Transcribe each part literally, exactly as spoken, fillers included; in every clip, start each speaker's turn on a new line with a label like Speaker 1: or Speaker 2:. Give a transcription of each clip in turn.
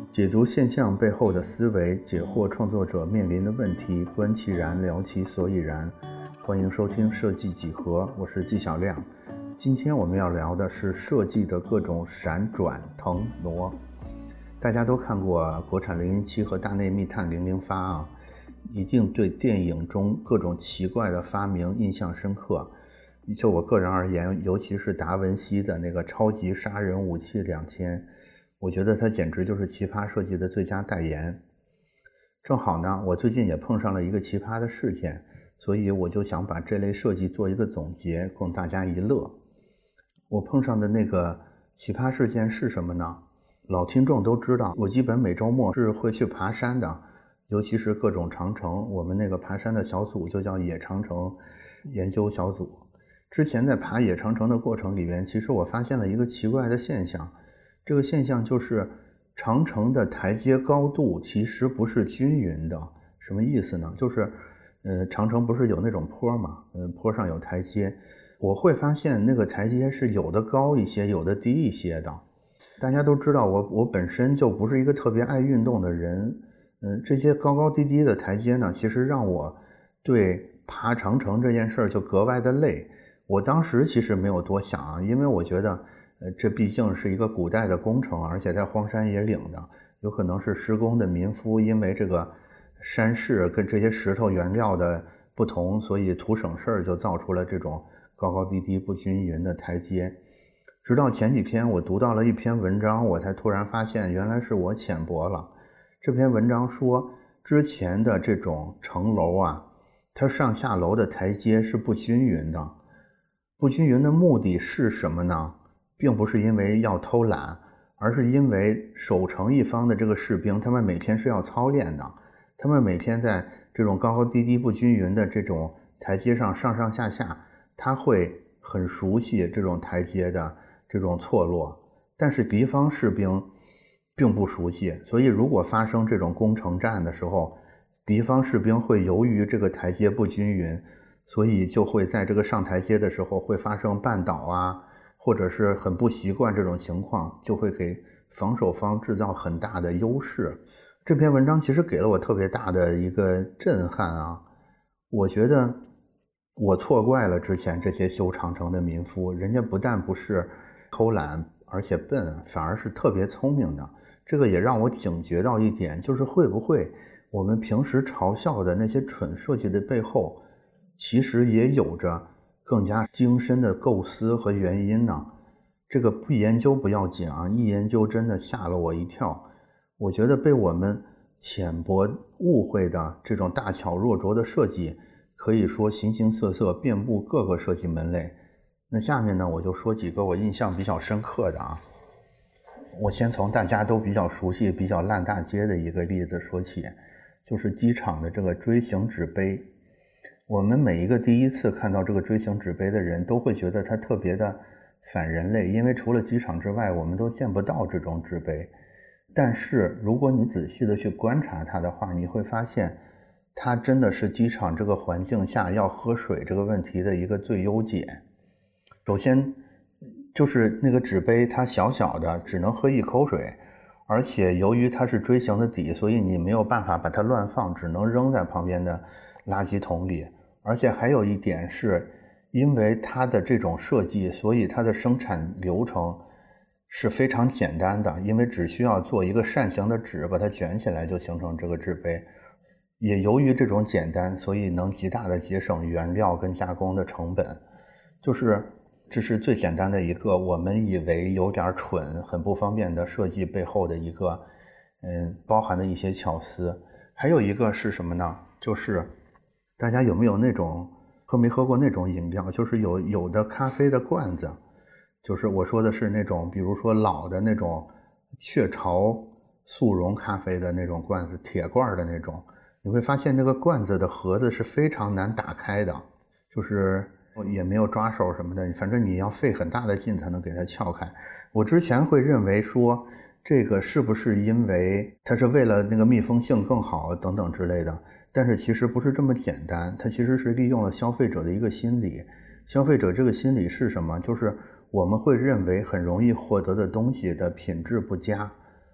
Speaker 1: 解读现象背后的思维，解惑创作者面临的问题，观其然，聊其所以然。欢迎收听设计几何，我是纪晓亮。今天我们要聊的是设计的各种闪转腾挪。大家都看过国产零零七和大内密探零零发啊，一定对电影中各种奇怪的发明印象深刻。就我个人而言，尤其是达文西的那个超级杀人武器两千，我觉得它简直就是奇葩设计的最佳代言。正好呢，我最近也碰上了一个奇葩的事件，所以我就想把这类设计做一个总结，供大家一乐。我碰上的那个奇葩事件是什么呢？老听众都知道，我基本每周末是会去爬山的，尤其是各种长城，我们那个爬山的小组就叫野长城研究小组。之前在爬野长城的过程里面，其实我发现了一个奇怪的现象，这个现象就是长城的台阶高度其实不是均匀的。什么意思呢？就是呃，长城不是有那种坡嘛，呃，坡上有台阶，我会发现那个台阶是有的高一些，有的低一些的。大家都知道我我本身就不是一个特别爱运动的人，嗯、呃，这些高高低低的台阶呢，其实让我对爬长城这件事儿就格外的累。我当时其实没有多想啊，因为我觉得呃，这毕竟是一个古代的工程，而且在荒山野岭的，有可能是施工的民夫因为这个山势跟这些石头原料的不同，所以图省事儿就造出了这种高高低低不均匀的台阶。直到前几天我读到了一篇文章，我才突然发现原来是我浅薄了。这篇文章说，之前的这种城楼啊，它上下楼的台阶是不均匀的。不均匀的目的是什么呢？并不是因为要偷懒，而是因为守城一方的这个士兵，他们每天是要操练的，他们每天在这种高高低低不均匀的这种台阶上上上下下，他会很熟悉这种台阶的这种错落，但是敌方士兵并不熟悉，所以如果发生这种攻城战的时候，敌方士兵会由于这个台阶不均匀，所以就会在这个上台阶的时候会发生绊倒啊，或者是很不习惯这种情况，就会给防守方制造很大的优势。这篇文章其实给了我特别大的一个震撼啊！我觉得我错怪了之前这些修长城的民夫，人家不但不是偷懒，而且笨，反而是特别聪明的。这个也让我警觉到一点，就是会不会我们平时嘲笑的那些蠢设计的背后，其实也有着更加精深的构思和原因呢？这个不研究不要紧啊，一研究真的吓了我一跳。我觉得被我们浅薄误会的这种大巧若拙的设计，可以说形形色色，遍布各个设计门类。那下面呢，我就说几个我印象比较深刻的啊。我先从大家都比较熟悉、比较烂大街的一个例子说起，就是机场的这个锥形纸杯。我们每一个第一次看到这个锥形纸杯的人都会觉得它特别的反人类，因为除了机场之外我们都见不到这种纸杯。但是如果你仔细的去观察它的话，你会发现它真的是机场这个环境下要喝水这个问题的一个最优解。首先就是那个纸杯它小小的，只能喝一口水，而且由于它是锥形的底，所以你没有办法把它乱放，只能扔在旁边的垃圾桶里。而且还有一点是，因为它的这种设计，所以它的生产流程是非常简单的，因为只需要做一个扇形的纸，把它卷起来就形成这个纸杯。也由于这种简单，所以能极大的节省原料跟加工的成本。就是这是最简单的一个我们以为有点蠢很不方便的设计背后的一个嗯，包含的一些巧思。还有一个是什么呢？就是大家有没有那种喝没喝过那种饮料，就是有有的咖啡的罐子，就是我说的是那种比如说老的那种雀巢速溶咖啡的那种罐子，铁罐的那种，你会发现那个罐子的盒子是非常难打开的，就是也没有抓手什么的，反正你要费很大的劲才能给它撬开。我之前会认为说这个是不是因为它是为了那个密封性更好等等之类的，但是其实不是这么简单，它其实是利用了消费者的一个心理。消费者这个心理是什么？就是我们会认为很容易获得的东西的品质不佳，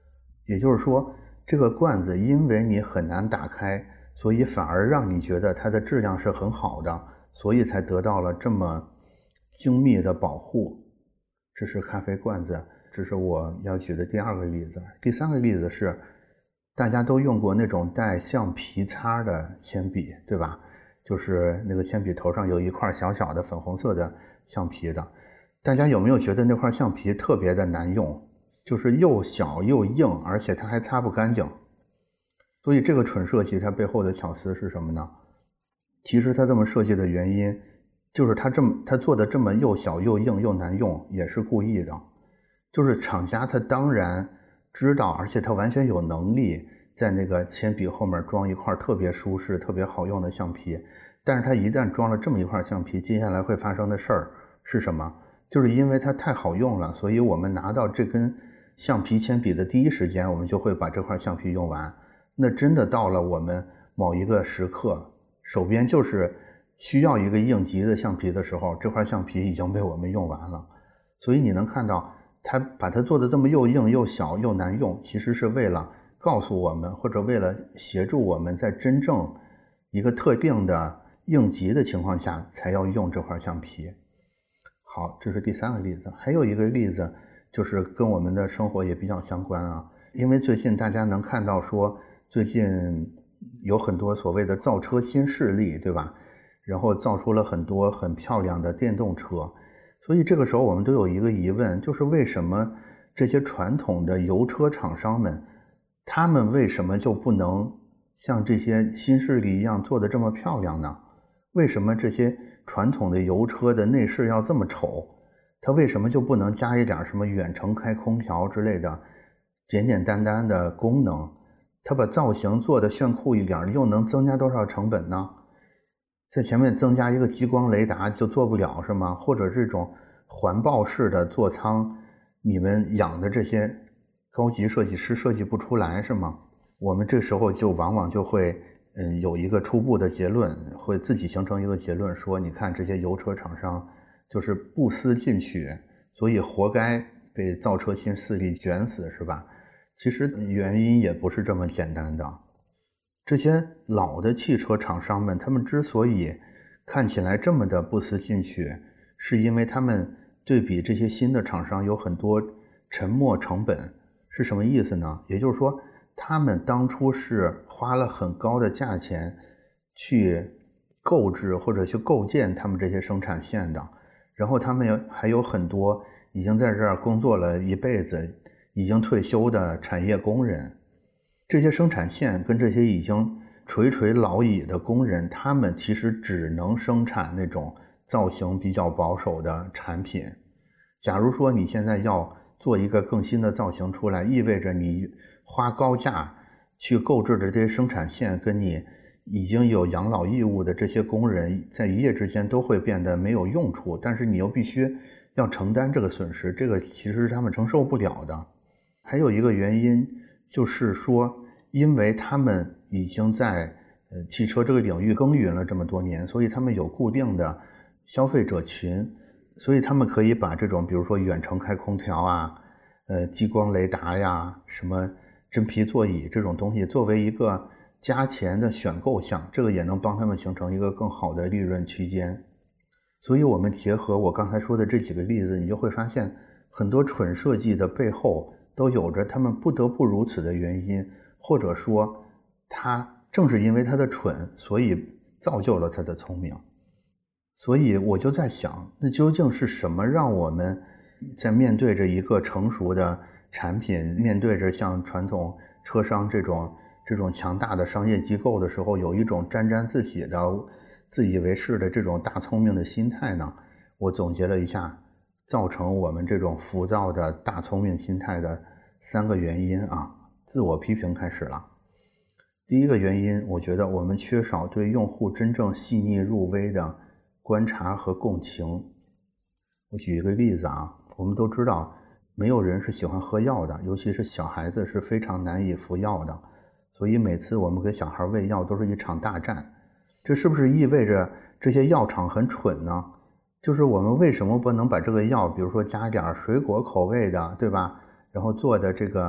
Speaker 1: 也就是说，这个罐子因为你很难打开，所以反而让你觉得它的质量是很好的，所以才得到了这么精密的保护。这是咖啡罐子，这是我要举的第二个例子。第三个例子是大家都用过那种带橡皮擦的铅笔，对吧？就是那个铅笔头上有一块小小的粉红色的橡皮的。大家有没有觉得那块橡皮特别的难用？就是又小又硬，而且它还擦不干净。所以这个蠢设计它背后的巧思是什么呢？其实它这么设计的原因就是它这么它做的这么又小又硬又难用也是故意的。就是厂家他当然知道，而且他完全有能力在那个铅笔后面装一块特别舒适特别好用的橡皮，但是他一旦装了这么一块橡皮，接下来会发生的事儿是什么？就是因为它太好用了，所以我们拿到这根橡皮铅笔的第一时间，我们就会把这块橡皮用完。那真的到了我们某一个时刻，手边就是需要一个应急的橡皮的时候，这块橡皮已经被我们用完了。所以你能看到它把它做的这么又硬又小又难用，其实是为了告诉我们，或者为了协助我们在真正一个特定的应急的情况下才要用这块橡皮。好，这是第三个例子。还有一个例子就是跟我们的生活也比较相关啊，因为最近大家能看到说最近有很多所谓的造车新势力，对吧？然后造出了很多很漂亮的电动车，所以这个时候我们都有一个疑问，就是为什么这些传统的油车厂商们，他们为什么就不能像这些新势力一样做得这么漂亮呢？为什么这些传统的油车的内饰要这么丑？它为什么就不能加一点什么远程开空调之类的简简单单的功能？它把造型做得炫酷一点，又能增加多少成本呢？在前面增加一个激光雷达就做不了是吗？或者这种环抱式的座舱，你们养的这些高级设计师设计不出来是吗？我们这时候就往往就会嗯有一个初步的结论，会自己形成一个结论，说你看这些油车厂商就是不思进取，所以活该被造车新势力卷死是吧？其实原因也不是这么简单的。这些老的汽车厂商们，他们之所以看起来这么的不思进取，是因为他们对比这些新的厂商有很多沉没成本。是什么意思呢？也就是说他们当初是花了很高的价钱去购置或者去构建他们这些生产线的，然后他们还有很多已经在这儿工作了一辈子已经退休的产业工人。这些生产线跟这些已经垂垂老矣的工人，他们其实只能生产那种造型比较保守的产品。假如说你现在要做一个更新的造型出来，意味着你花高价去购置的这些生产线跟你已经有养老义务的这些工人在一夜之间都会变得没有用处，但是你又必须要承担这个损失，这个其实是他们承受不了的。还有一个原因就是说，因为他们已经在呃汽车这个领域耕耘了这么多年，所以他们有固定的消费者群，所以他们可以把这种比如说远程开空调啊、呃激光雷达呀、什么真皮座椅这种东西作为一个加钱的选购项，这个也能帮他们形成一个更好的利润区间。所以我们结合我刚才说的这几个例子，你就会发现很多蠢设计的背后都有着他们不得不如此的原因，或者说他正是因为他的蠢，所以造就了他的聪明。所以我就在想，那究竟是什么让我们在面对着一个成熟的产品，面对着像传统车商这种这种强大的商业机构的时候，有一种沾沾自喜的自以为是的这种大聪明的心态呢？我总结了一下造成我们这种浮躁的大聪明心态的三个原因啊，自我批评开始了。第一个原因，我觉得我们缺少对用户真正细腻入微的观察和共情。我举一个例子啊，我们都知道没有人是喜欢喝药的，尤其是小孩子是非常难以服药的，所以每次我们给小孩喂药都是一场大战。这是不是意味着这些药厂很蠢呢？就是我们为什么不能把这个药比如说加一点水果口味的，对吧？然后做的这个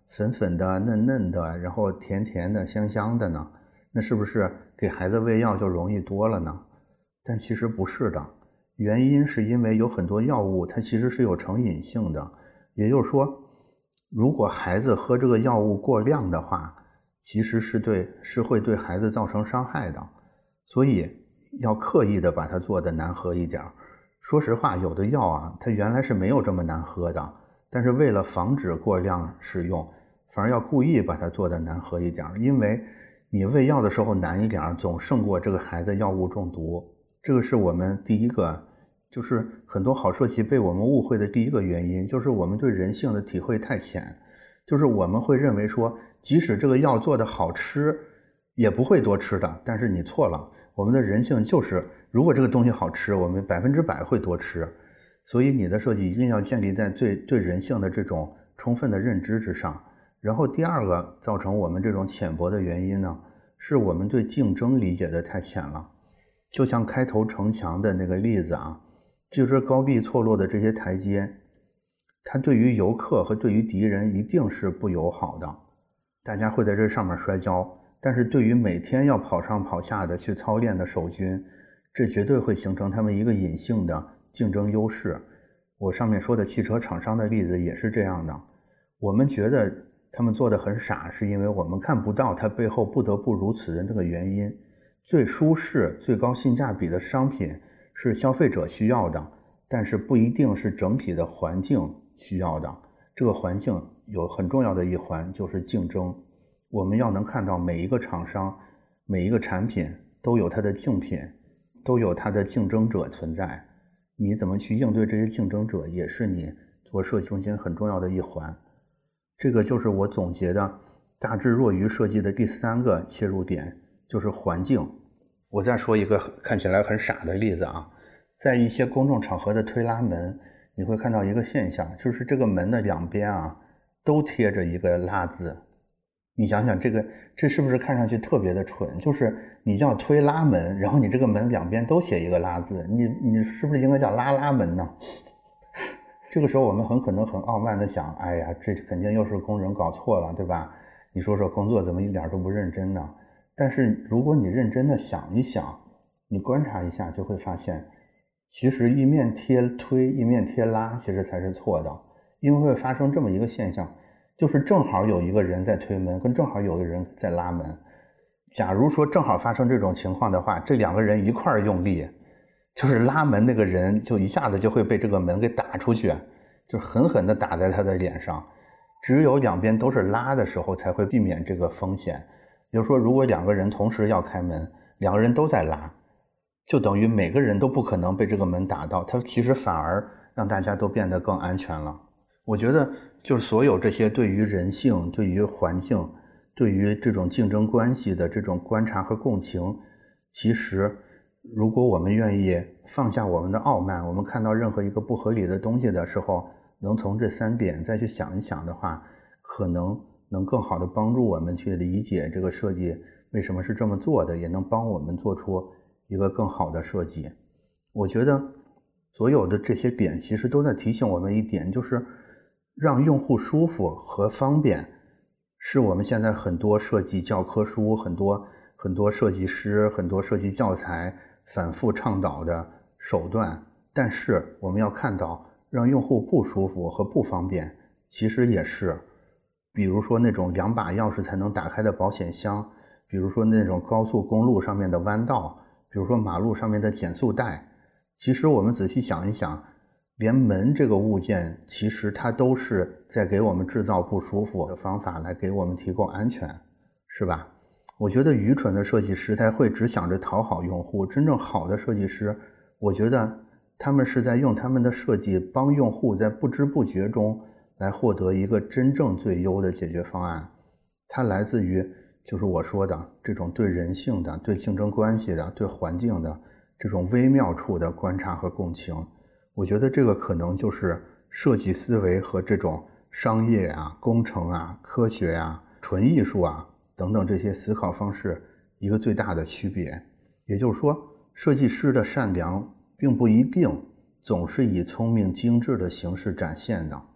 Speaker 1: 粉粉的、嫩嫩的，然后甜甜的、香香的呢？那是不是给孩子喂药就容易多了呢？但其实不是的，原因是因为有很多药物它其实是有成瘾性的，也就是说，如果孩子喝这个药物过量的话，其实是对是会对孩子造成伤害的，所以要刻意的把它做的难喝一点。说实话，有的药啊，它原来是没有这么难喝的，但是为了防止过量使用，反而要故意把它做的难喝一点，因为你喂药的时候难一点，总胜过这个孩子药物中毒。这个是我们第一个，就是很多好设计被我们误会的第一个原因，就是我们对人性的体会太浅，就是我们会认为说，即使这个药做的好吃，也不会多吃的。但是你错了，我们的人性就是，如果这个东西好吃，我们百分之百会多吃。所以你的设计一定要建立在最对人性的这种充分的认知之上。然后第二个造成我们这种浅薄的原因呢，是我们对竞争理解的太浅了。就像开头城墙的那个例子啊，就是高低错落的这些台阶，它对于游客和对于敌人一定是不友好的，大家会在这上面摔跤。但是对于每天要跑上跑下的去操练的守军，这绝对会形成他们一个隐性的竞争优势。我上面说的汽车厂商的例子也是这样的，我们觉得他们做的很傻，是因为我们看不到它背后不得不如此的那个原因。最舒适、最高性价比的商品是消费者需要的，但是不一定是整体的环境需要的。这个环境有很重要的一环就是竞争。我们要能看到每一个厂商、每一个产品都有它的竞品，都有它的竞争者存在。你怎么去应对这些竞争者，也是你做设计中间很重要的一环。这个就是我总结的大智若愚设计的第三个切入点，就是环境。我再说一个看起来很傻的例子啊，在一些公众场合的推拉门，你会看到一个现象，就是这个门的两边啊都贴着一个拉字。你想想这个这是不是看上去特别的蠢，就是你叫推拉门，然后你这个门两边都写一个拉字，你你是不是应该叫拉拉门呢？这个时候我们很可能很傲慢的想，哎呀，这肯定又是工人搞错了，对吧？你说说工作怎么一点都不认真呢？但是如果你认真的想一想，你观察一下就会发现，其实一面贴推一面贴拉其实才是错的，因为会发生这么一个现象，就是正好有一个人在推门，跟正好有一个人在拉门。假如说正好发生这种情况的话，这两个人一块儿用力，就是拉门那个人就一下子就会被这个门给打出去，就狠狠地打在他的脸上。只有两边都是拉的时候才会避免这个风险。比如说如果两个人同时要开门，两个人都在拉，就等于每个人都不可能被这个门打到，它其实反而让大家都变得更安全了。我觉得就是所有这些对于人性、对于环境、对于这种竞争关系的这种观察和共情，其实如果我们愿意放下我们的傲慢，我们看到任何一个不合理的东西的时候，能从这三点再去想一想的话，可能能更好的帮助我们去理解这个设计为什么是这么做的，也能帮我们做出一个更好的设计。我觉得所有的这些点其实都在提醒我们一点，就是让用户舒服和方便是我们现在很多设计教科书、很多很多设计师、很多设计教材反复倡导的手段。但是我们要看到，让用户不舒服和不方便其实也是，比如说那种两把钥匙才能打开的保险箱，比如说那种高速公路上面的弯道，比如说马路上面的减速带。其实我们仔细想一想，连门这个物件其实它都是在给我们制造不舒服的方法来给我们提供安全，是吧？我觉得愚蠢的设计师才会只想着讨好用户，真正好的设计师，我觉得他们是在用他们的设计帮用户在不知不觉中来获得一个真正最优的解决方案。它来自于就是我说的这种对人性的、对竞争关系的、对环境的这种微妙处的观察和共情。我觉得这个可能就是设计思维和这种商业啊、工程啊、科学啊、纯艺术啊等等这些思考方式一个最大的区别。也就是说，设计师的善良并不一定总是以聪明精致的形式展现的。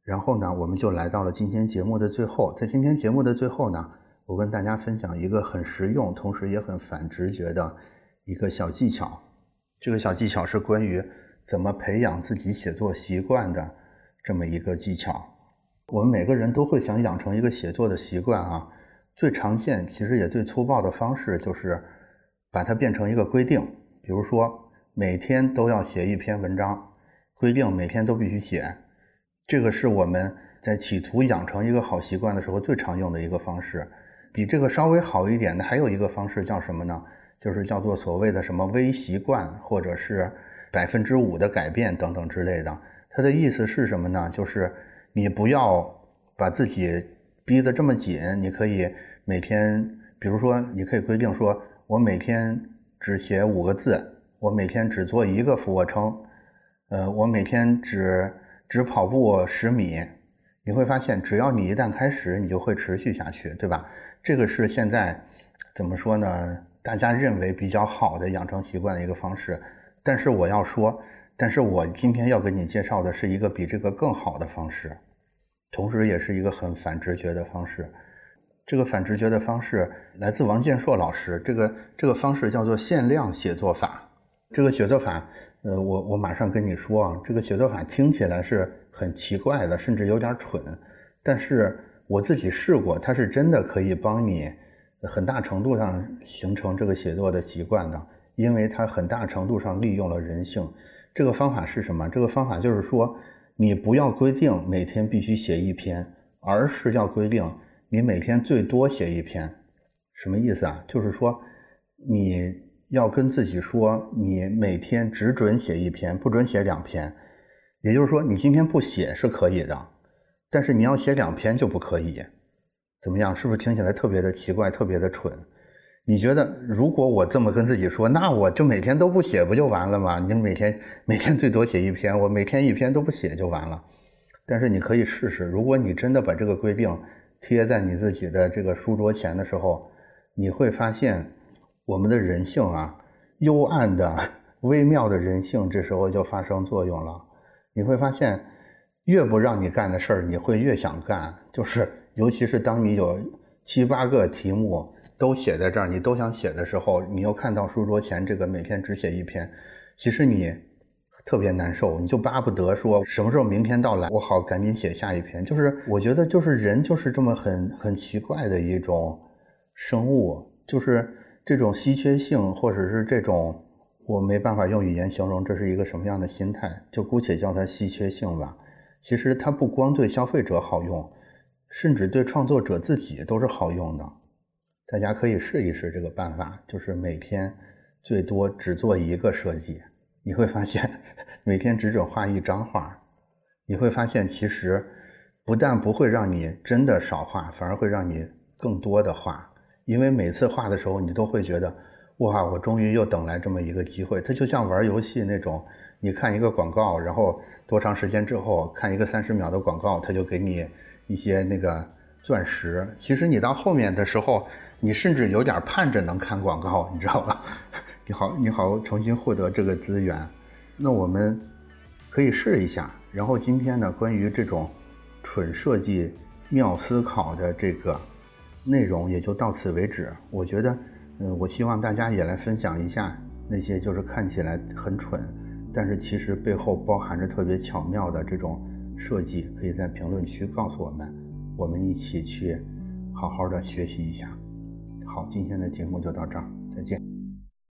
Speaker 1: 然后呢，我们就来到了今天节目的最后。在今天节目的最后呢，我跟大家分享一个很实用，同时也很反直觉的一个小技巧。这个小技巧是关于怎么培养自己写作习惯的这么一个技巧。我们每个人都会想养成一个写作的习惯啊，最常见其实也最粗暴的方式就是把它变成一个规定，比如说每天都要写一篇文章，规定每天都必须写。这个是我们在企图养成一个好习惯的时候最常用的一个方式。比这个稍微好一点的还有一个方式叫什么呢？就是叫做所谓的什么微习惯，或者是百分之五的改变等等之类的。它的意思是什么呢？就是你不要把自己逼得这么紧，你可以每天，比如说你可以规定说，我每天只写五个字，我每天只做一个俯卧撑，呃，我每天只只跑步十米。你会发现只要你一旦开始，你就会持续下去，对吧？这个是现在怎么说呢，大家认为比较好的养成习惯的一个方式。但是我要说，但是我今天要给你介绍的是一个比这个更好的方式，同时也是一个很反直觉的方式。这个反直觉的方式来自王建硕老师，这个这个方式叫做限量写作法。这个写作法呃，我我马上跟你说啊，这个写作法听起来是很奇怪的，甚至有点蠢，但是我自己试过，它是真的可以帮你很大程度上形成这个写作的习惯的，因为它很大程度上利用了人性。这个方法是什么？这个方法就是说，你不要规定每天必须写一篇，而是要规定你每天最多写一篇。什么意思啊？就是说你要跟自己说，你每天只准写一篇，不准写两篇。也就是说，你今天不写是可以的，但是你要写两篇就不可以。怎么样？是不是听起来特别的奇怪，特别的蠢？你觉得如果我这么跟自己说，那我就每天都不写不就完了吗？你每天每天最多写一篇，我每天一篇都不写就完了。但是你可以试试，如果你真的把这个规定贴在你自己的这个书桌前的时候，你会发现我们的人性啊，幽暗的微妙的人性这时候就发生作用了。你会发现越不让你干的事儿你会越想干，就是尤其是当你有七八个题目都写在这儿，你都想写的时候，你又看到书桌前这个每天只写一篇，其实你特别难受，你就巴不得说什么时候明天到来，我好赶紧写下一篇。就是我觉得就是人就是这么很很奇怪的一种生物，就是这种稀缺性，或者是这种我没办法用语言形容这是一个什么样的心态，就姑且叫它稀缺性吧。其实它不光对消费者好用，甚至对创作者自己都是好用的。大家可以试一试这个办法，就是每天最多只做一个设计。你会发现每天只准画一张画，你会发现其实不但不会让你真的少画，反而会让你更多的画。因为每次画的时候你都会觉得，哇，我终于又等来这么一个机会。它就像玩游戏那种，你看一个广告，然后多长时间之后看一个三十秒的广告，它就给你一些那个钻石。其实你到后面的时候，你甚至有点盼着能看广告，你知道吧？你好，你好，重新获得这个资源。那我们可以试一下。然后今天呢，关于这种蠢设计妙思考的这个内容也就到此为止。我觉得嗯，我希望大家也来分享一下那些就是看起来很蠢，但是其实背后包含着特别巧妙的这种设计，可以在评论区告诉我们，我们一起去好好的学习一下。好，今天的节目就到这儿，再见。